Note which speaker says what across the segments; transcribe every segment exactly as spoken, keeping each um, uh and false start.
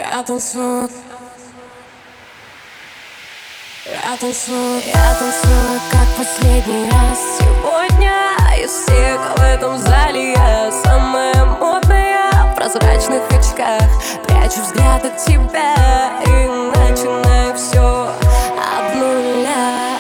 Speaker 1: Я танцую, я танцую, я танцую, как последний раз. Сегодня из всех в этом зале я самая модная в прозрачных очках. Прячу взгляд от тебя и начинаю все обнулять.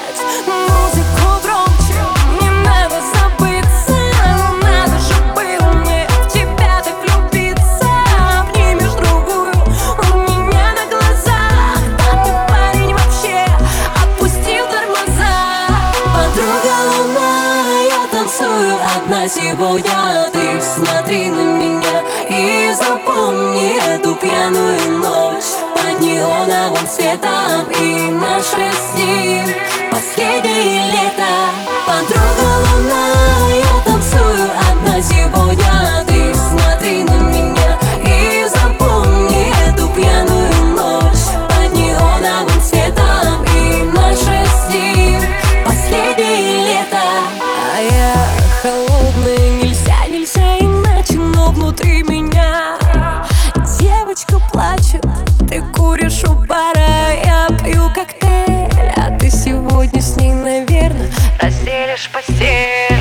Speaker 1: Музыку громче, не надо забыться, надо же было мне в тебя так влюбиться. Обнимешь другую у меня на глазах, да ты парень вообще опустил тормоза. Подруга луна, я танцую одна сегодня. Ты смотри на меня и запомни эту пьяную ночь под неоновым светом и наше с ним последнее лето. Подруга луна, я танцую одна сегодня. Ты смотри на меня и запомни эту пьяную ночь под неоновым светом и наше с ним последнее лето. А я холодная, нельзя, нельзя иначе, но внутри меня девочка плачет. Ты куришь у бара, я пью коктейль, а ты сегодня с ней, наверное, разделишь постель.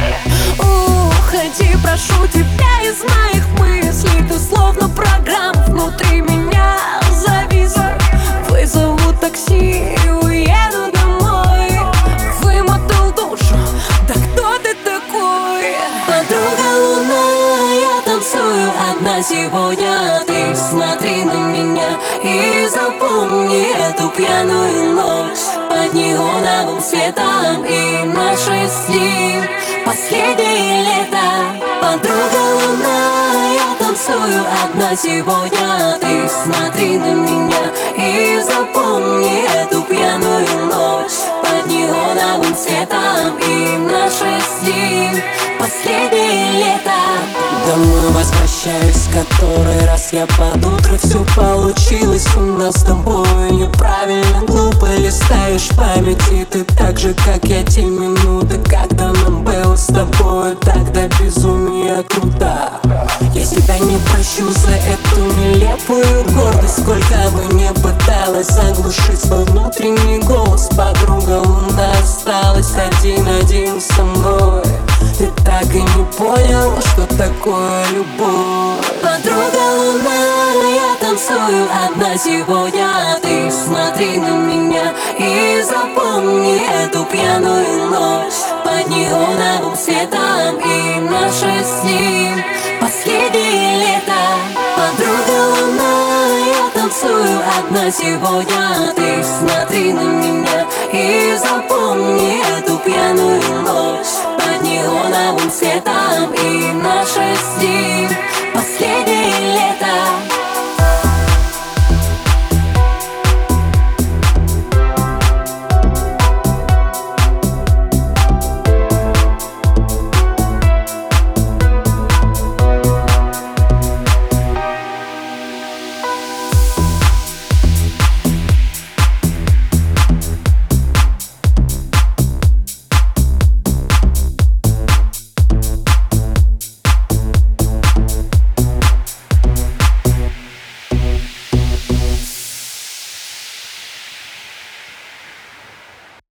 Speaker 1: Уходи, прошу тебя из моих мыслей. Ты словно программа внутри меня зависла. Вызову такси и уеду домой. Вымотал душу, да кто ты такой? Подруга луна, я танцую одна сегодня. Ты смотри на меня и запомни эту пьяную ночь под неоновым светом и наше с ним последнее лето. Подруга луна, я танцую одна сегодня. Ты смотри на меня и запомни эту пьяную ночь под неоновым светом и наше с ним последнее лето.
Speaker 2: Домой возвращаюсь, который раз я под утро. Все получилось у нас с тобой неправильно, глупо листаешь памяти. Ты так же, как я, те минуты, когда нам было с тобой. Тогда безумие круто. Я себя не прощу за эту нелепую гордость. Сколько бы не пыталась заглушить свой внутренний голос, подруга луна осталась один-один со мной. Ты так и не понял, что такое любовь.
Speaker 1: Подруга луна, я танцую одна сегодня. Ты смотри на меня и запомни эту пьяную ночь под неоновым светом и наше с ним последнее лето. Подруга луна, я танцую одна сегодня. Ты смотри на меня и запомни эту пьяную ночь под неоновым светом и наше с ним последнее лето.